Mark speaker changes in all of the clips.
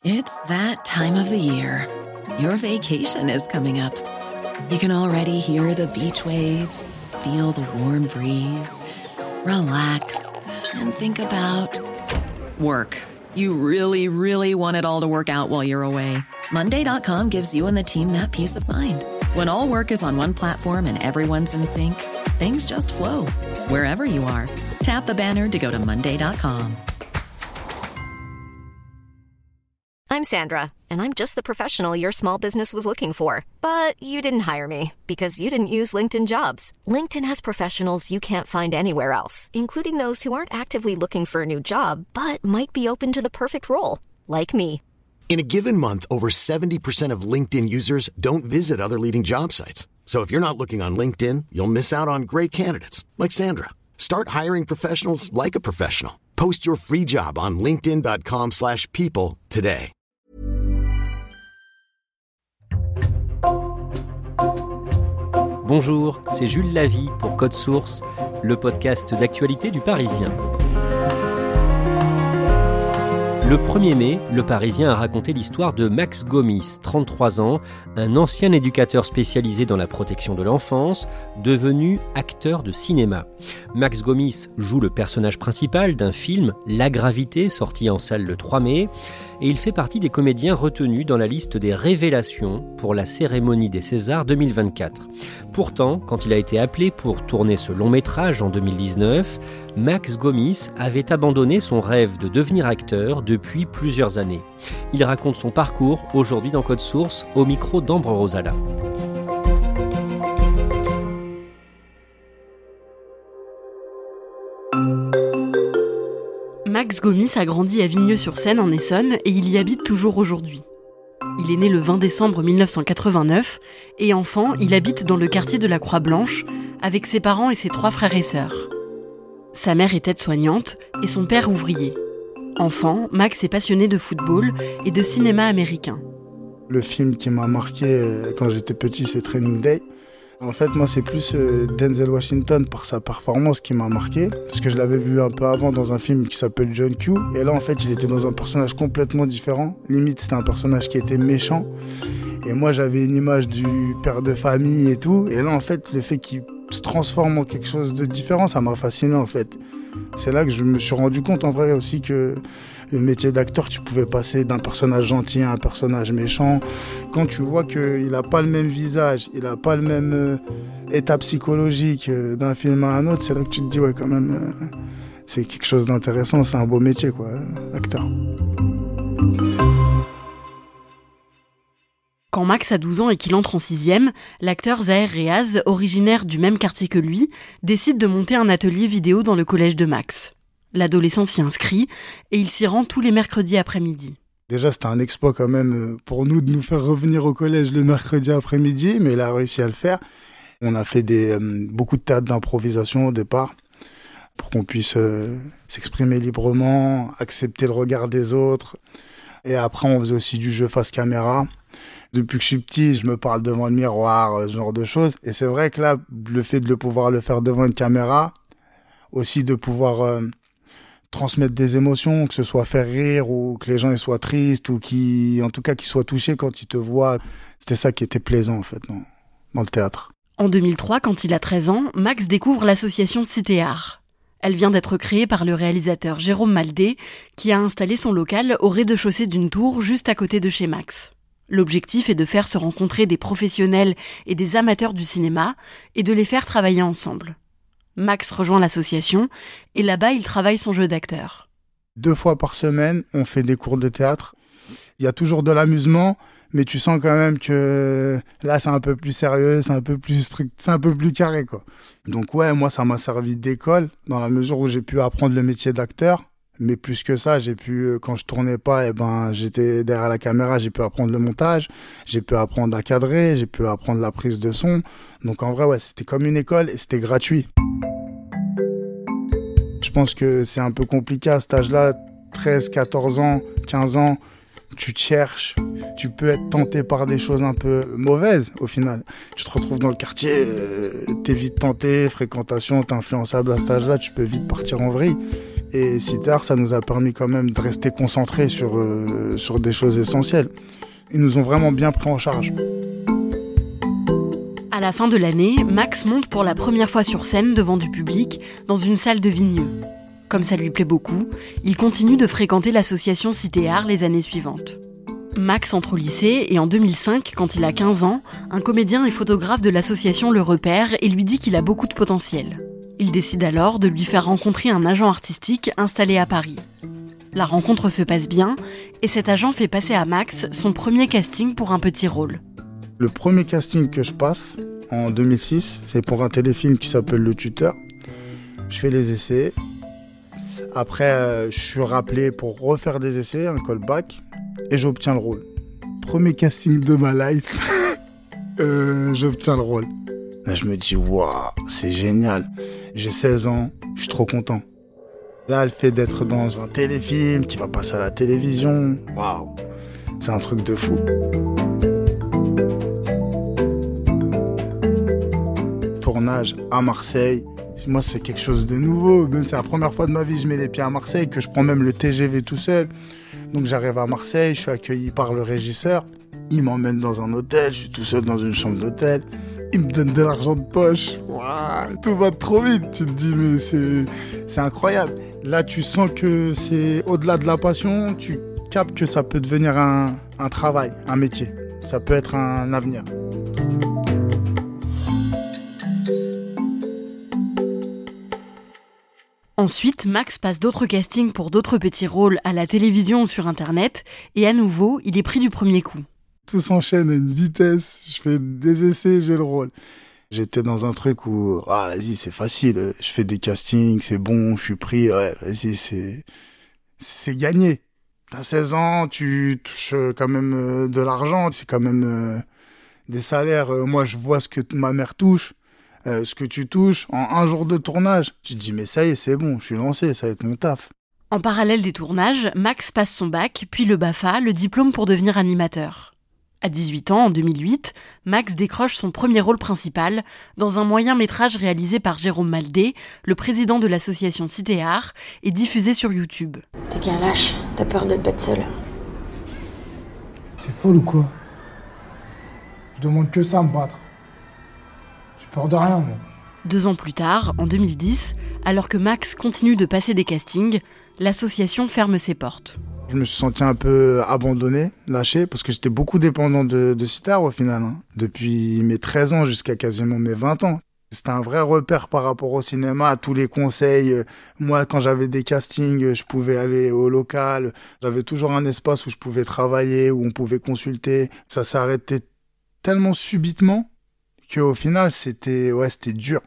Speaker 1: It's that time of the year. Your vacation is coming up. You can already hear the beach waves, feel the warm breeze, relax, and think about work. You really, really want it all to work out while you're away. Monday.com gives you and the team that peace of mind. When all work is on one platform and everyone's in sync, things just flow. Wherever you are, tap the banner to go to Monday.com.
Speaker 2: I'm Sandra, and I'm just the professional your small business was looking for. But you didn't hire me because you didn't use LinkedIn Jobs. LinkedIn has professionals you can't find anywhere else, including those who aren't actively looking for a new job, but might be open to the perfect role, like me.
Speaker 3: In a given month, over 70% of LinkedIn users don't visit other leading job sites. So if you're not looking on LinkedIn, you'll miss out on great candidates like Sandra. Start hiring professionals like a professional. Post your free job on linkedin.com/people today.
Speaker 4: Bonjour, c'est Jules Lavie pour Code Source, le podcast d'actualité du Parisien. Le 1er mai, le Parisien a raconté l'histoire de Max Gomis, 33 ans, un ancien éducateur spécialisé dans la protection de l'enfance, devenu acteur de cinéma. Max Gomis joue le personnage principal d'un film, La Gravité, sorti en salle le 3 mai, et il fait partie des comédiens retenus dans la liste des révélations pour la cérémonie des Césars 2024. Pourtant, quand il a été appelé pour tourner ce long métrage en 2019, Max Gomis avait abandonné son rêve de devenir acteur depuis plusieurs années. Il raconte son parcours aujourd'hui dans Code Source au micro d'Ambre Rosala.
Speaker 5: Max Gomis a grandi à Vigneux-sur-Seine en Essonne et il y habite toujours aujourd'hui. Il est né le 20 décembre 1989 et enfant, il habite dans le quartier de la Croix-Blanche avec ses parents et ses 3 frères et sœurs. Sa mère est aide-soignante et son père ouvrier. Enfant, Max est passionné de football et de cinéma américain.
Speaker 6: Le film qui m'a marqué quand j'étais petit, c'est Training Day. En fait, moi, c'est plus Denzel Washington par sa performance qui m'a marqué. Parce que je l'avais vu un peu avant dans un film qui s'appelle John Q. Et là, en fait, il était dans un personnage complètement différent. Limite, c'était un personnage qui était méchant. Et moi, j'avais une image du père de famille et tout. Et là, en fait, le fait qu'il se transforme en quelque chose de différent, ça m'a fasciné, en fait. C'est là que je me suis rendu compte, en vrai, aussi que le métier d'acteur, tu pouvais passer d'un personnage gentil à un personnage méchant. Quand tu vois qu'il n'a pas le même visage, il n'a pas le même état psychologique d'un film à un autre, c'est là que tu te dis, ouais, quand même, c'est quelque chose d'intéressant, c'est un beau métier, quoi, acteur.
Speaker 5: Quand Max a 12 ans et qu'il entre en 6e, l'acteur Zaher Reaz, originaire du même quartier que lui, décide de monter un atelier vidéo dans le collège de Max. L'adolescent s'y inscrit et il s'y rend tous les mercredis après-midi.
Speaker 6: Déjà, c'était un exploit quand même pour nous de nous faire revenir au collège le mercredi après-midi, mais il a réussi à le faire. On a fait beaucoup de théâtre d'improvisation au départ pour qu'on puisse s'exprimer librement, accepter le regard des autres. Et après, on faisait aussi du jeu face caméra. Depuis que je suis petit, je me parle devant le miroir, ce genre de choses. Et c'est vrai que là, le fait de pouvoir le faire devant une caméra, aussi de pouvoir transmettre des émotions, que ce soit faire rire ou que les gens ils soient tristes ou en tout cas qu'ils soient touchés quand ils te voient, c'était ça qui était plaisant en fait dans le théâtre.
Speaker 5: En 2003, quand il a 13 ans, Max découvre l'association Citéart. Elle vient d'être créée par le réalisateur Jérôme Maldé, qui a installé son local au rez-de-chaussée d'une tour juste à côté de chez Max. L'objectif est de faire se rencontrer des professionnels et des amateurs du cinéma et de les faire travailler ensemble. Max rejoint l'association et là-bas, il travaille son jeu d'acteur.
Speaker 6: 2 fois par semaine, on fait des cours de théâtre. Il y a toujours de l'amusement, mais tu sens quand même que là, c'est un peu plus sérieux, c'est un peu plus strict, c'est un peu plus carré, quoi. Donc ouais, moi, ça m'a servi d'école dans la mesure où j'ai pu apprendre le métier d'acteur. Mais plus que ça, j'ai pu, quand je tournais pas, j'étais derrière la caméra, j'ai pu apprendre le montage, j'ai pu apprendre à cadrer, j'ai pu apprendre la prise de son. Donc en vrai, ouais, c'était comme une école et c'était gratuit. Je pense que c'est un peu compliqué à cet âge-là, 13, 14 ans, 15 ans, tu te cherches, tu peux être tenté par des choses un peu mauvaises au final. Tu te retrouves dans le quartier, t'es vite tenté, fréquentation, t'es influençable à cet âge-là, tu peux vite partir en vrille. Et CITEAR, ça nous a permis quand même de rester concentrés sur des choses essentielles. Ils nous ont vraiment bien pris en charge.
Speaker 5: À la fin de l'année, Max monte pour la première fois sur scène devant du public dans une salle de Vigneux. Comme ça lui plaît beaucoup, il continue de fréquenter l'association CITEAR les années suivantes. Max entre au lycée et en 2005, quand il a 15 ans, un comédien et photographe de l'association le repère et lui dit qu'il a beaucoup de potentiel. Il décide alors de lui faire rencontrer un agent artistique installé à Paris. La rencontre se passe bien et cet agent fait passer à Max son premier casting pour un petit rôle.
Speaker 6: Le premier casting que je passe, en 2006, c'est pour un téléfilm qui s'appelle Le Tuteur. Je fais les essais. Après, je suis rappelé pour refaire des essais, un callback, et j'obtiens le rôle. Premier casting de ma life, j'obtiens le rôle. Là, je me dis, waouh, c'est génial. J'ai 16 ans, je suis trop content. Là, le fait d'être dans un téléfilm qui va passer à la télévision, waouh, c'est un truc de fou. Tournage à Marseille. Moi, c'est quelque chose de nouveau. C'est la première fois de ma vie que je mets les pieds à Marseille, que je prends même le TGV tout seul. Donc, j'arrive à Marseille, je suis accueilli par le régisseur. Il m'emmène dans un hôtel, je suis tout seul dans une chambre d'hôtel. Il me donne de l'argent de poche. Waouh, tout va trop vite. Tu te dis, mais c'est incroyable. Là, tu sens que c'est au-delà de la passion. Tu captes que ça peut devenir un travail, un métier. Ça peut être un avenir.
Speaker 5: Ensuite, Max passe d'autres castings pour d'autres petits rôles à la télévision ou sur Internet, et à nouveau, il est pris du premier coup.
Speaker 6: Tout s'enchaîne à une vitesse, je fais des essais, j'ai le rôle. J'étais dans un truc où, vas-y, c'est facile, je fais des castings, c'est bon, je suis pris, ouais, vas-y, c'est gagné. T'as 16 ans, tu touches quand même de l'argent, c'est quand même des salaires. Moi, je vois ce que ma mère touche. Ce que tu touches en un jour de tournage. Tu te dis, mais ça y est, c'est bon, je suis lancé, ça va être mon taf.
Speaker 5: En parallèle des tournages, Max passe son bac, puis le BAFA, le diplôme pour devenir animateur. À 18 ans, en 2008, Max décroche son premier rôle principal dans un moyen-métrage réalisé par Jérôme Maldé, le président de l'association CITEAR, et diffusé sur YouTube.
Speaker 7: T'es qu'un lâche, t'as peur de te battre seul.
Speaker 6: T'es folle ou quoi? Je demande que ça à me battre. Peur de rien, moi.
Speaker 5: 2 ans plus tard, en 2010, alors que Max continue de passer des castings, l'association ferme ses portes.
Speaker 6: Je me suis senti un peu abandonné, lâché, parce que j'étais beaucoup dépendant de CITEAR au final. Depuis mes 13 ans jusqu'à quasiment mes 20 ans. C'était un vrai repère par rapport au cinéma, à tous les conseils. Moi, quand j'avais des castings, je pouvais aller au local. J'avais toujours un espace où je pouvais travailler, où on pouvait consulter. Ça s'est arrêté tellement subitement qu'au final, c'était dur.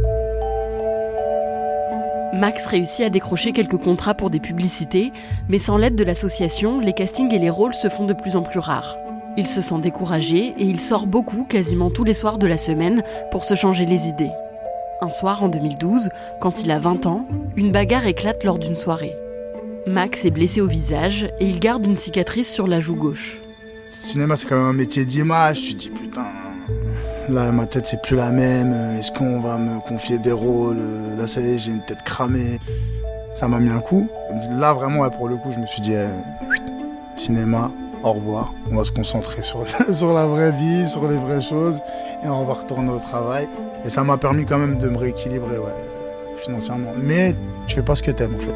Speaker 5: Max réussit à décrocher quelques contrats pour des publicités, mais sans l'aide de l'association, les castings et les rôles se font de plus en plus rares. Il se sent découragé et il sort beaucoup, quasiment tous les soirs de la semaine, pour se changer les idées. Un soir, en 2012, quand il a 20 ans, une bagarre éclate lors d'une soirée. Max est blessé au visage et il garde une cicatrice sur la joue gauche.
Speaker 6: Le cinéma, c'est quand même un métier d'image. Tu te dis, putain... Là, ma tête, c'est plus la même. Est-ce qu'on va me confier des rôles? Là, ça y est, j'ai une tête cramée. Ça m'a mis un coup. Là, vraiment, pour le coup, je me suis dit, cinéma, au revoir. On va se concentrer sur la vraie vie, sur les vraies choses. Et on va retourner au travail. Et ça m'a permis quand même de me rééquilibrer, financièrement. Mais tu fais pas ce que t'aimes, en fait.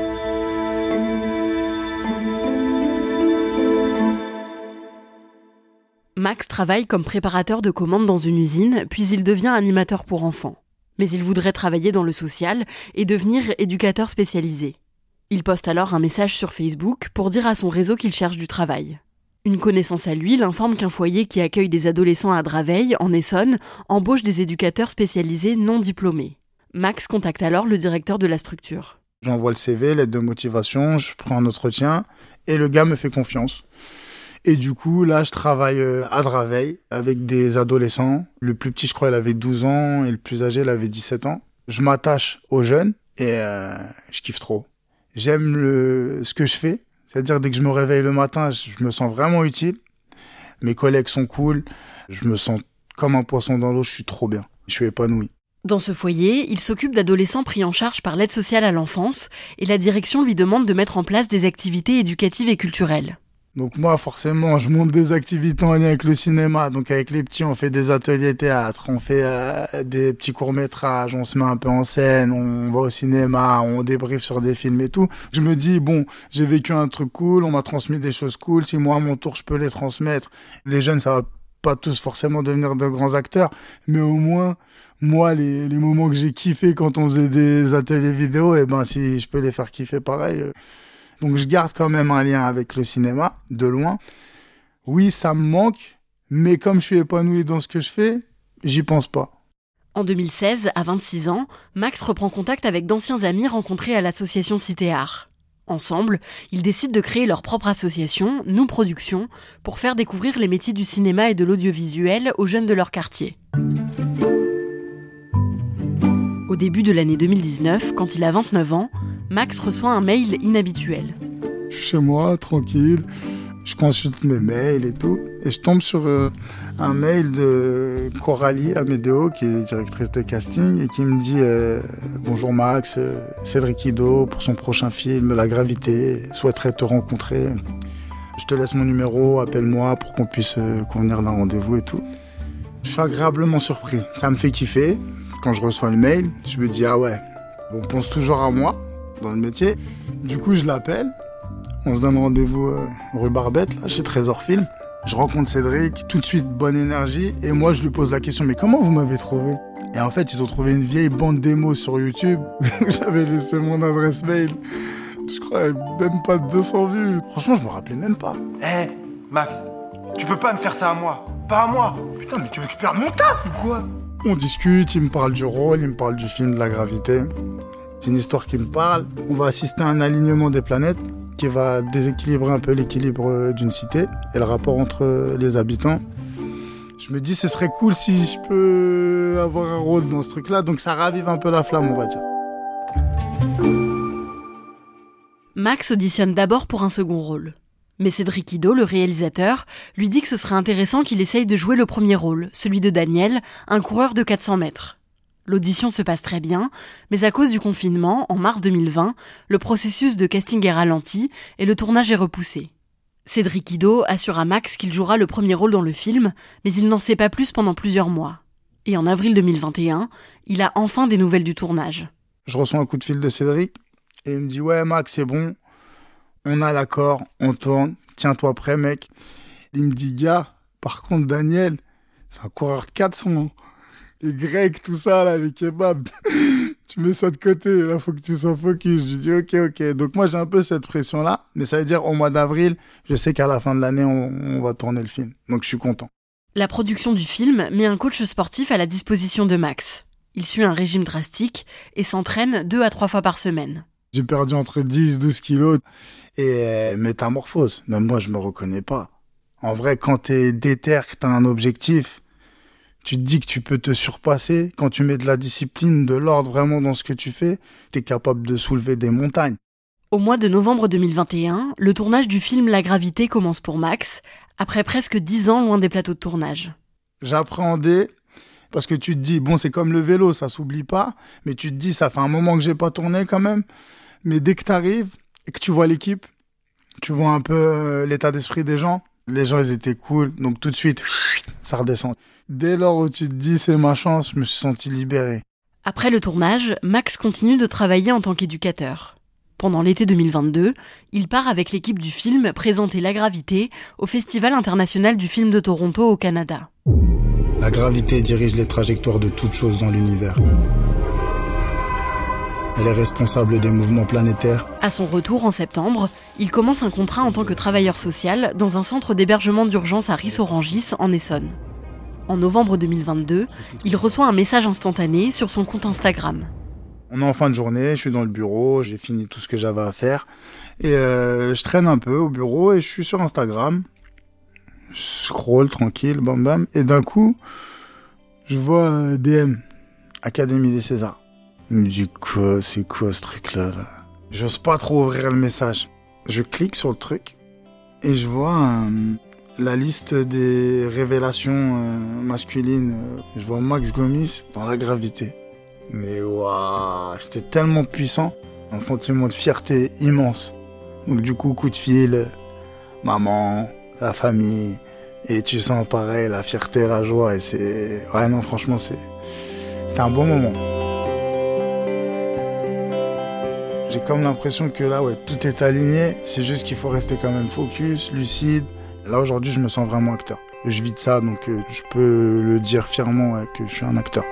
Speaker 5: Max travaille comme préparateur de commandes dans une usine, puis il devient animateur pour enfants. Mais il voudrait travailler dans le social et devenir éducateur spécialisé. Il poste alors un message sur Facebook pour dire à son réseau qu'il cherche du travail. Une connaissance à lui l'informe qu'un foyer qui accueille des adolescents à Draveil, en Essonne, embauche des éducateurs spécialisés non diplômés. Max contacte alors le directeur de la structure.
Speaker 6: J'envoie le CV, l'aide de motivation, je prends un entretien et le gars me fait confiance. Et du coup, là, je travaille à Draveil avec des adolescents. Le plus petit, je crois, il avait 12 ans et le plus âgé, il avait 17 ans. Je m'attache aux jeunes et je kiffe trop. J'aime ce que je fais. C'est-à-dire, dès que je me réveille le matin, je me sens vraiment utile. Mes collègues sont cool. Je me sens comme un poisson dans l'eau. Je suis trop bien. Je suis épanoui.
Speaker 5: Dans ce foyer, il s'occupe d'adolescents pris en charge par l'aide sociale à l'enfance et la direction lui demande de mettre en place des activités éducatives et culturelles.
Speaker 6: Donc moi, forcément, je monte des activités en lien avec le cinéma. Donc avec les petits, on fait des ateliers théâtre, on fait des petits courts-métrages, on se met un peu en scène, on va au cinéma, on débriefe sur des films et tout. Je me dis, bon, j'ai vécu un truc cool, on m'a transmis des choses cool, si moi, à mon tour, je peux les transmettre. Les jeunes, ça va pas tous forcément devenir de grands acteurs, mais au moins, moi, les moments que j'ai kiffé quand on faisait des ateliers vidéo, si je peux les faire kiffer pareil... Donc je garde quand même un lien avec le cinéma, de loin. Oui, ça me manque, mais comme je suis épanoui dans ce que je fais, j'y pense pas.
Speaker 5: En 2016, à 26 ans, Max reprend contact avec d'anciens amis rencontrés à l'association Cité Art. Ensemble, ils décident de créer leur propre association, Nous Productions, pour faire découvrir les métiers du cinéma et de l'audiovisuel aux jeunes de leur quartier. Au début de l'année 2019, quand il a 29 ans, Max reçoit un mail inhabituel.
Speaker 6: Je suis chez moi, tranquille, je consulte mes mails et tout, et je tombe sur un mail de Coralie Amédéo, qui est directrice de casting, et qui me dit « Bonjour Max, Cédric Ido, pour son prochain film, La Gravité, souhaiterait te rencontrer. Je te laisse mon numéro, appelle-moi pour qu'on puisse convenir d'un rendez-vous et tout. » Je suis agréablement surpris, ça me fait kiffer. Quand je reçois le mail, je me dis « Ah ouais, on pense toujours à moi ». Dans le métier. Du coup, je l'appelle. On se donne rendez-vous rue Barbette, là, chez Trésor Film. Je rencontre Cédric, tout de suite, bonne énergie. Et moi, je lui pose la question, mais comment vous m'avez trouvé ? Et en fait, ils ont trouvé une vieille bande démo sur YouTube. J'avais laissé mon adresse mail. Je crois même pas 200 vues. Franchement, je me rappelais même pas.
Speaker 8: Max, tu peux pas me faire ça à moi. Pas à moi.
Speaker 6: Putain, mais tu veux que je perde mon taf ou quoi ? On discute, il me parle du rôle, il me parle du film de La Gravité. C'est une histoire qui me parle. On va assister à un alignement des planètes qui va déséquilibrer un peu l'équilibre d'une cité et le rapport entre les habitants. Je me dis, ce serait cool si je peux avoir un rôle dans ce truc-là. Donc ça ravive un peu la flamme, on va dire.
Speaker 5: Max auditionne d'abord pour un second rôle. Mais Cédric Ido, le réalisateur, lui dit que ce serait intéressant qu'il essaye de jouer le premier rôle, celui de Daniel, un coureur de 400 mètres. L'audition se passe très bien, mais à cause du confinement, en mars 2020, le processus de casting est ralenti et le tournage est repoussé. Cédric Ido assure à Max qu'il jouera le premier rôle dans le film, mais il n'en sait pas plus pendant plusieurs mois. Et en avril 2021, il a enfin des nouvelles du tournage.
Speaker 6: Je reçois un coup de fil de Cédric et il me dit « Ouais Max, c'est bon, on a l'accord, on tourne, tiens-toi prêt mec. » Il me dit « Gars, par contre Daniel, c'est un coureur de 400. Les grecs, tout ça, là, les kebabs, tu mets ça de côté, là, faut que tu sois focus. Je dis, ok. Donc moi, j'ai un peu cette pression-là, mais ça veut dire, au mois d'avril, je sais qu'à la fin de l'année, on va tourner le film. Donc je suis content.
Speaker 5: La production du film met un coach sportif à la disposition de Max. Il suit un régime drastique et s'entraîne 2 à 3 fois par semaine.
Speaker 6: J'ai perdu entre 10 et 12 kilos et métamorphose. Même moi, je me reconnais pas. En vrai, quand t'es déter, que t'as un objectif, tu te dis que tu peux te surpasser. Quand tu mets de la discipline, de l'ordre vraiment dans ce que tu fais, t'es capable de soulever des montagnes.
Speaker 5: Au mois de novembre 2021, le tournage du film La Gravité commence pour Max, après presque 10 ans loin des plateaux de tournage.
Speaker 6: J'appréhendais, parce que tu te dis, bon, c'est comme le vélo, ça s'oublie pas, mais tu te dis, ça fait un moment que j'ai pas tourné quand même. Mais dès que t'arrives et que tu vois l'équipe, tu vois un peu l'état d'esprit des gens. Les gens, ils étaient cool, donc tout de suite, ça redescend. Dès lors où tu te dis c'est ma chance, je me suis senti libéré.
Speaker 5: Après le tournage, Max continue de travailler en tant qu'éducateur. Pendant l'été 2022, il part avec l'équipe du film présenter La Gravité au Festival international du film de Toronto au Canada.
Speaker 6: La gravité dirige les trajectoires de toutes choses dans l'univers. Elle est responsable des mouvements planétaires.
Speaker 5: À son retour en septembre, il commence un contrat en tant que travailleur social dans un centre d'hébergement d'urgence à Ris-Orangis, en Essonne. En novembre 2022, il reçoit un message instantané sur son compte Instagram.
Speaker 6: On est en fin de journée, je suis dans le bureau, j'ai fini tout ce que j'avais à faire. Et je traîne un peu au bureau et je suis sur Instagram. Je scroll tranquille, bam bam. Et d'un coup, je vois DM, Académie des Césars. Je me dis quoi, c'est quoi ce truc-là là. J'ose pas trop ouvrir le message. Je clique sur le truc et je vois la liste des révélations masculines. Je vois Max Gomis dans La Gravité. Mais waouh, c'était tellement puissant. Un sentiment de fierté immense. Donc du coup, coup de fil, maman, la famille, et tu sens pareil, la fierté, la joie, et c'est... Ouais, non, franchement, c'était un bon moment. J'ai comme l'impression que là, ouais, tout est aligné, c'est juste qu'il faut rester quand même focus, lucide. Là, aujourd'hui, je me sens vraiment acteur. Je vis de ça, donc je peux le dire fièrement, ouais, que je suis un acteur.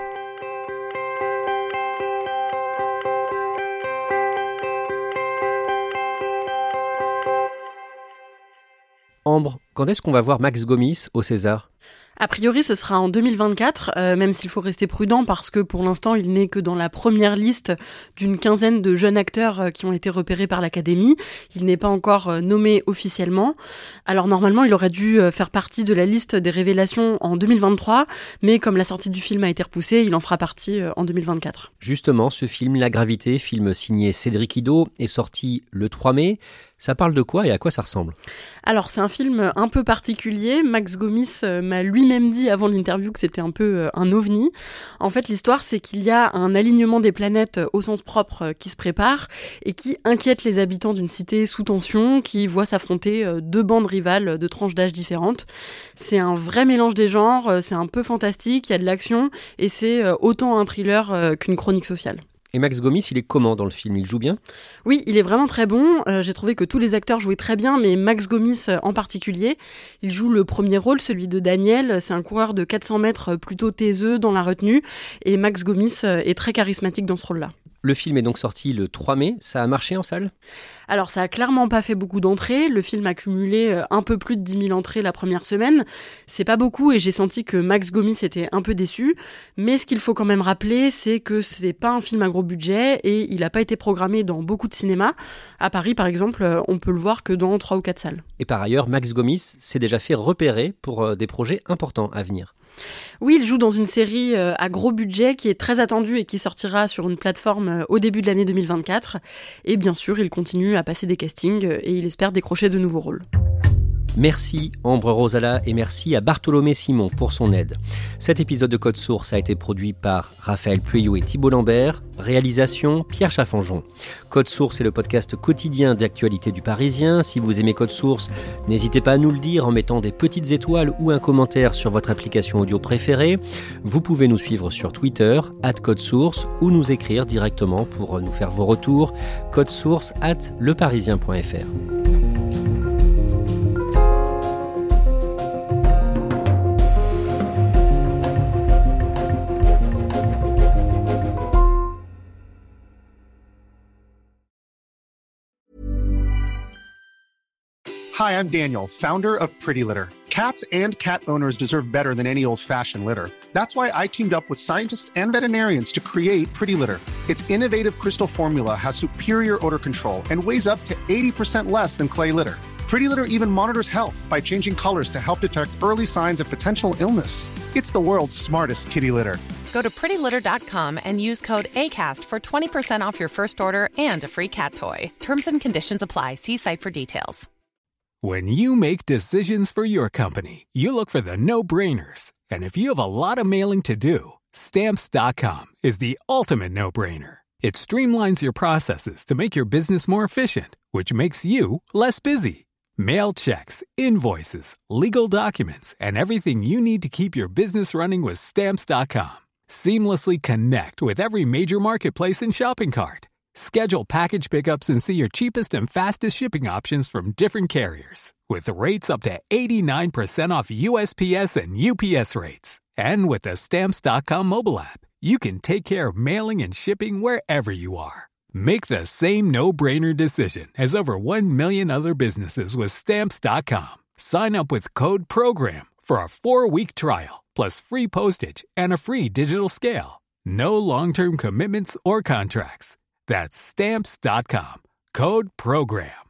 Speaker 4: Ambre, quand est-ce qu'on va voir Max Gomis au César ?
Speaker 5: A priori, ce sera en 2024, même s'il faut rester prudent parce que pour l'instant, il n'est que dans la première liste d'une quinzaine de jeunes acteurs qui ont été repérés par l'Académie. Il n'est pas encore nommé officiellement. Alors normalement, il aurait dû faire partie de la liste des révélations en 2023, mais comme la sortie du film a été repoussée, il en fera partie en 2024.
Speaker 4: Justement, ce film La Gravité, film signé Cédric Ido, est sorti le 3 mai. Ça parle de quoi et à quoi ça ressemble ?
Speaker 5: Alors, c'est un film un peu particulier. Max Gomis m'a lui-même dit avant l'interview que c'était un peu un ovni. En fait, l'histoire, c'est qu'il y a un alignement des planètes au sens propre qui se prépare et qui inquiète les habitants d'une cité sous tension qui voit s'affronter deux bandes rivales de tranches d'âge différentes. C'est un vrai mélange des genres, c'est un peu fantastique, il y a de l'action et c'est autant un thriller qu'une chronique sociale.
Speaker 4: Et Max Gomis, il est comment dans le film ? Il joue bien ?
Speaker 5: Oui, il est vraiment très bon. J'ai trouvé que tous les acteurs jouaient très bien, mais Max Gomis en particulier. Il joue le premier rôle, celui de Daniel. C'est un coureur de 400 mètres plutôt taiseux dans la retenue. Et Max Gomis est très charismatique dans ce rôle-là.
Speaker 4: Le film est donc sorti le 3 mai. Ça a marché en salle ?
Speaker 5: Alors, ça a clairement pas fait beaucoup d'entrées. Le film a cumulé un peu plus de 10 000 entrées la première semaine. C'est pas beaucoup et j'ai senti que Max Gomis était un peu déçu. Mais ce qu'il faut quand même rappeler, c'est que c'est pas un film à gros budget et il a pas été programmé dans beaucoup de cinémas. À Paris, par exemple, on peut le voir que dans 3 ou 4 salles.
Speaker 4: Et par ailleurs, Max Gomis s'est déjà fait repérer pour des projets importants à venir.
Speaker 5: Oui, il joue dans une série à gros budget qui est très attendue et qui sortira sur une plateforme au début de l'année 2024. Et bien sûr, il continue à passer des castings et il espère décrocher de nouveaux rôles.
Speaker 4: Merci Ambre Rosala et merci à Bartholomé Simon pour son aide. Cet épisode de Code Source a été produit par Raphaël Pueyo et Thibault Lambert. Réalisation Pierre Chaffanjon. Code Source est le podcast quotidien d'actualité du Parisien. Si vous aimez Code Source, n'hésitez pas à nous le dire en mettant des petites étoiles ou un commentaire sur votre application audio préférée. Vous pouvez nous suivre sur Twitter @codesource ou nous écrire directement pour nous faire vos retours. codesource@leparisien.fr.
Speaker 9: Hi, I'm Daniel, founder of Pretty Litter. Cats and cat owners deserve better than any old-fashioned litter. That's why I teamed up with scientists and veterinarians to create Pretty Litter. Its innovative crystal formula has superior odor control and weighs up to 80% less than clay litter. Pretty Litter even monitors health by changing colors to help detect early signs of potential illness. It's the world's smartest kitty litter.
Speaker 10: Go to prettylitter.com and use code ACAST for 20% off your first order and a free cat toy. Terms and conditions apply. See site for details.
Speaker 11: When you make decisions for your company, you look for the no-brainers. And if you have a lot of mailing to do, Stamps.com is the ultimate no-brainer. It streamlines your processes to make your business more efficient, which makes you less busy. Mail checks, invoices, legal documents, and everything you need to keep your business running with Stamps.com. Seamlessly connect with every major marketplace and shopping cart. Schedule package pickups and see your cheapest and fastest shipping options from different carriers. With rates up to 89% off USPS and UPS rates. And with the Stamps.com mobile app, you can take care of mailing and shipping wherever you are. Make the same no-brainer decision as over 1 million other businesses with Stamps.com. Sign up with code PROGRAM for a 4-week trial, plus free postage and a free digital scale. No long-term commitments or contracts. That's Stamps.com. Code PROGRAM.